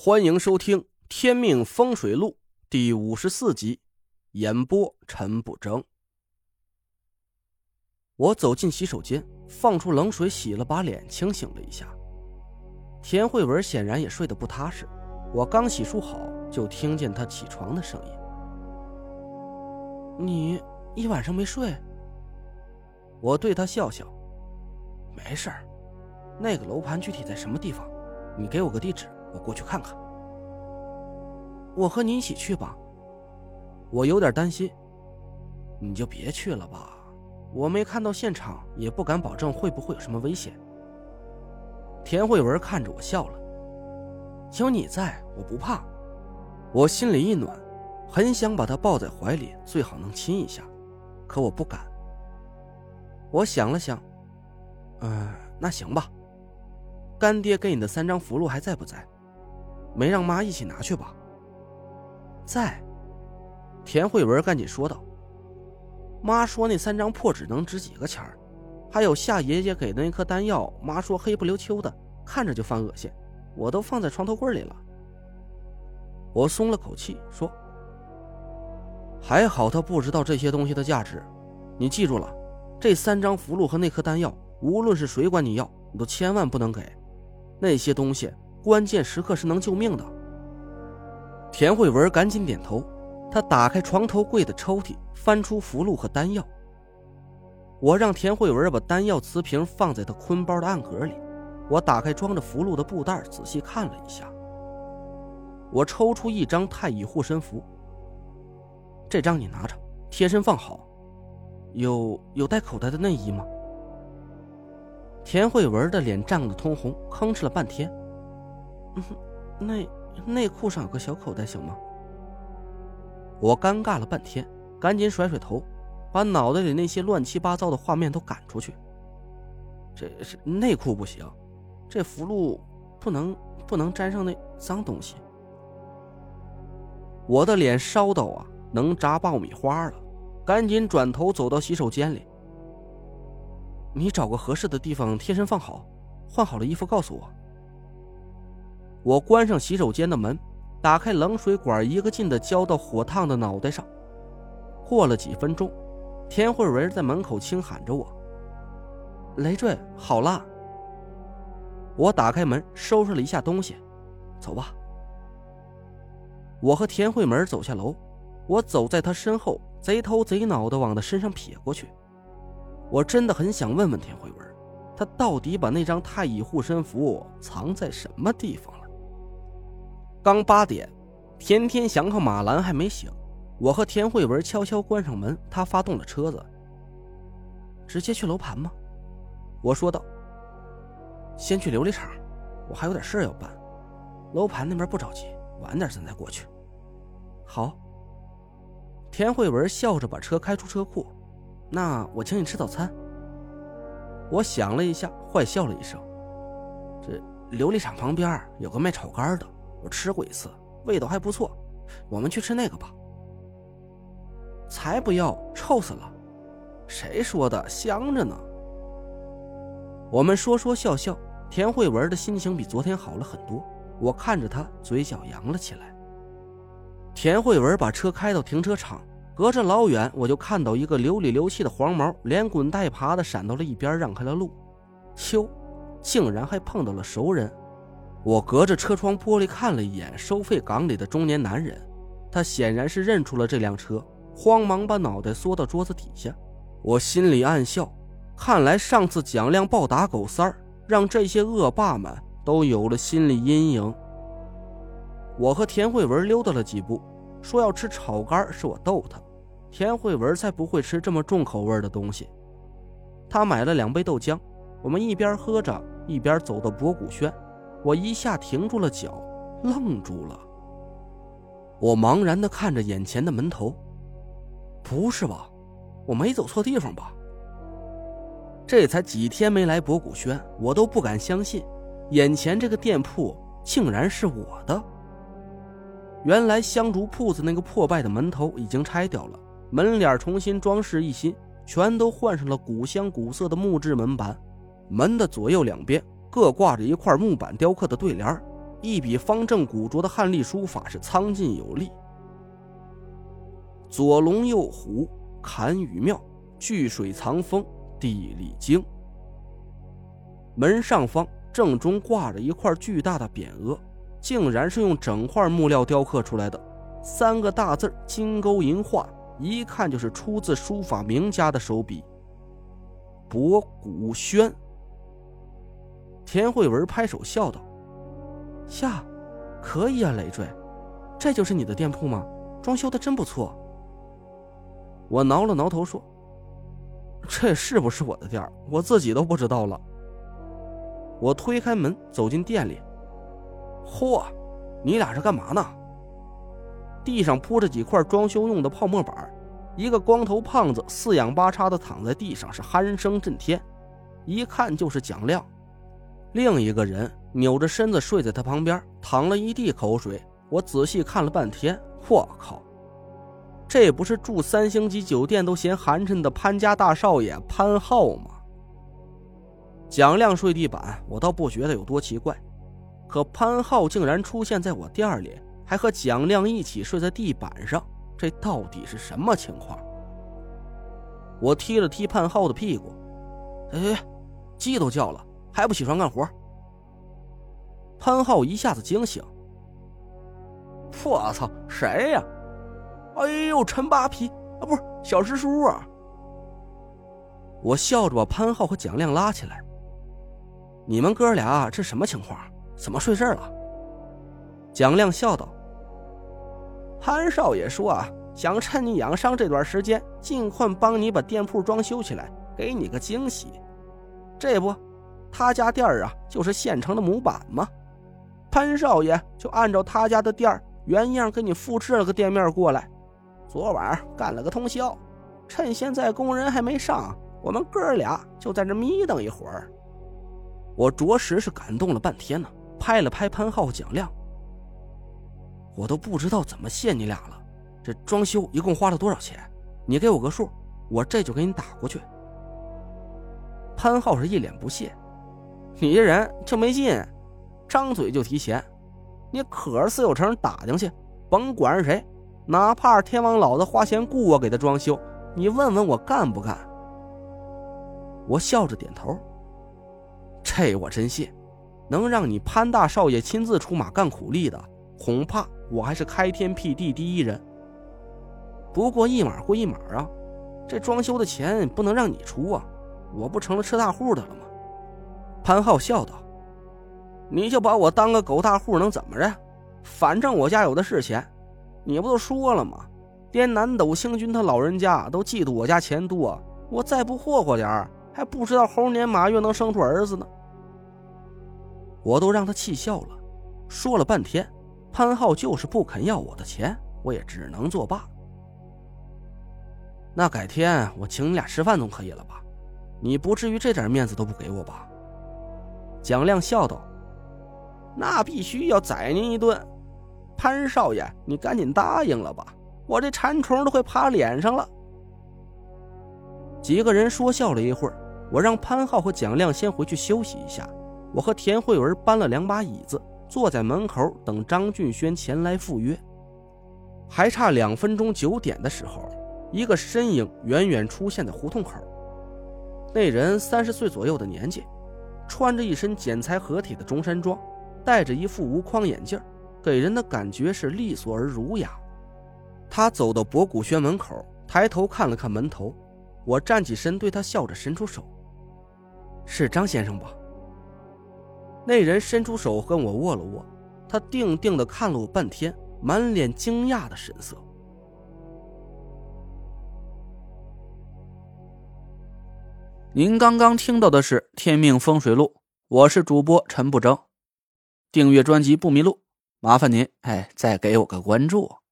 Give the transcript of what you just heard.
欢迎收听《天命风水录》第54集，演播陈不争。我走进洗手间，放出冷水洗了把脸，清醒了一下。田慧文显然也睡得不踏实，我刚洗漱好，就听见她起床的声音。你一晚上没睡？我对她笑笑，没事儿，那个楼盘具体在什么地方？你给我个地址，我过去看看。我和你一起去吧。我有点担心。你就别去了吧，我没看到现场，也不敢保证会不会有什么危险。田慧文看着我笑了，有你在，我不怕。我心里一暖，很想把她抱在怀里，最好能亲一下，可我不敢。我想了想，那行吧。干爹给你的3张符箓还在不在？没让妈一起拿去吧？在。田慧文赶紧说道。妈说那3张破纸能值几个钱儿，还有夏爷爷给的那颗丹药，妈说黑不溜秋的，看着就犯恶心，我都放在床头柜里了。我松了口气说，还好他不知道这些东西的价值，你记住了，这3张符箓和那颗丹药，无论是谁管你要，你都千万不能给，那些东西关键时刻是能救命的。田慧文赶紧点头，他打开床头柜的抽屉，翻出符箓和丹药。我让田慧文把丹药瓷瓶放在他坤包的暗格里，我打开装着符箓的布袋，仔细看了一下。我抽出一张太乙护身符，这张你拿着，贴身放好。有带口袋的内衣吗？田慧文的脸涨得通红，吭哧了半天。内裤上有个小口袋行吗？我尴尬了半天，赶紧甩甩头，把脑袋里那些乱七八糟的画面都赶出去。这是内裤不行，这符箓不能沾上那脏东西。我的脸烧到啊，能炸爆米花了，赶紧转头走到洗手间里。你找个合适的地方贴身放好，换好了衣服告诉我。我关上洗手间的门，打开冷水管，一个劲地浇到火烫的脑袋上。过了几分钟，田慧文在门口轻喊着我，累赘好了。我打开门，收拾了一下东西，走吧。我和田慧文走下楼，我走在她身后，贼头贼脑地往她身上撇过去。我真的很想问问田慧文，她到底把那张太乙护身符藏在什么地方了。刚8点，田天祥和马兰还没醒，我和田慧文悄悄关上门，他发动了车子。直接去楼盘吗？我说道。先去琉璃厂，我还有点事要办，楼盘那边不着急，晚点咱再过去。好。田慧文笑着把车开出车库，那我请你吃早餐。我想了一下，坏笑了一声，这琉璃厂旁边有个卖炒肝的，我吃过一次，味道还不错，我们去吃那个吧。才不要，臭死了。谁说的，香着呢。我们说说笑笑，田慧文的心情比昨天好了很多，我看着她嘴角扬了起来。田慧文把车开到停车场，隔着老远我就看到一个流里流气的黄毛连滚带爬的闪到了一边，让开了路。秋竟然还碰到了熟人。我隔着车窗玻璃看了一眼收费岗里的中年男人，他显然是认出了这辆车，慌忙把脑袋缩到桌子底下。我心里暗笑，看来上次蒋亮暴打狗三儿，让这些恶霸们都有了心理阴影。我和田慧文溜达了几步，说要吃炒肝，是我逗他，田慧文才不会吃这么重口味的东西。他买了2杯豆浆，我们一边喝着一边走到博古轩。我一下停住了脚，愣住了。我茫然地看着眼前的门头，不是吧，我没走错地方吧？这才几天没来博古轩，我都不敢相信，眼前这个店铺竟然是我的。原来香烛铺子那个破败的门头已经拆掉了，门脸重新装饰一新，全都换上了古香古色的木质门板，门的左右两边各挂着一块木板雕刻的对联， 一笔方正古拙的汉隶书法是苍劲有力。左龙右虎，坎宇庙，聚水藏风，地理经。门上方正中挂着一块巨大的匾额，竟然是用整块木料雕刻出来的，3个大字金钩银画，一看就是出自书法名家的手笔。博古轩。田慧文拍手笑道：呀，可以啊，累赘，这就是你的店铺吗？装修的真不错。我挠了挠头说：这是不是我的店儿，我自己都不知道了。我推开门走进店里。嚯，你俩是干嘛呢？地上铺着几块装修用的泡沫板，一个光头胖子四仰八叉的躺在地上，是鼾声震天，一看就是蒋亮。另一个人扭着身子睡在他旁边，淌了一地口水。我仔细看了半天，我靠，这不是住3星级酒店都嫌寒碜的潘家大少爷潘浩吗？蒋亮睡地板，我倒不觉得有多奇怪，可潘浩竟然出现在我店里，还和蒋亮一起睡在地板上，这到底是什么情况？我踢了踢潘浩的屁股：哎，鸡都叫了，还不起床干活？潘浩一下子惊醒：我操，谁呀？哎呦，陈八皮啊，不是小师叔啊！我笑着把潘浩和蒋亮拉起来：你们哥俩这什么情况？怎么睡这儿了？蒋亮笑道：潘少爷说啊，想趁你养伤这段时间，尽快帮你把店铺装修起来，给你个惊喜。这不，他家店儿啊，就是现成的模板嘛。潘少爷就按照他家的店儿原样给你复制了个店面过来。昨晚干了个通宵，趁现在工人还没上，我们哥俩就在这眯瞪一会儿。我着实是感动了半天呢，拍了拍潘浩和蒋亮：我都不知道怎么谢你俩了，这装修一共花了多少钱？你给我个数，我这就给你打过去。潘浩是一脸不屑：你这人就没劲，张嘴就提钱，你可是私有城打进去，甭管是谁，哪怕是天王老子花钱雇我给他装修，你问问我干不干？我笑着点头：这我真信，能让你潘大少爷亲自出马干苦力的，恐怕我还是开天辟地第一人。不过一码归一码啊，这装修的钱不能让你出啊，我不成了吃大户的了吗？潘浩笑道：你就把我当个狗大户能怎么着？反正我家有的是钱，你不都说了吗？连南斗星君他老人家都嫉妒我家钱多，我再不霍霍点还不知道猴年马月能生出儿子呢。我都让他气笑了，说了半天，潘浩就是不肯要我的钱，我也只能作罢。那改天我请你俩吃饭总可以了吧？你不至于这点面子都不给我吧？蒋亮笑道：那必须要宰您一顿。潘少爷，你赶紧答应了吧，我这馋虫都快爬脸上了。几个人说笑了一会儿，我让潘浩和蒋亮先回去休息一下，我和田慧文搬了2把椅子，坐在门口等张俊轩前来赴约。还差2分钟9点的时候，一个身影远远出现在胡同口。那人30岁左右的年纪，穿着一身剪裁合体的中山装，戴着一副无框眼镜，给人的感觉是利索而儒雅。他走到博古轩门口，抬头看了看门头，我站起身对他笑着伸出手：是张先生吧？那人伸出手跟我握了握，他定定地看了我半天，满脸惊讶的神色。您刚刚听到的是《天命风水录》，我是主播陈不争。订阅专辑不迷路，麻烦您再给我个关注。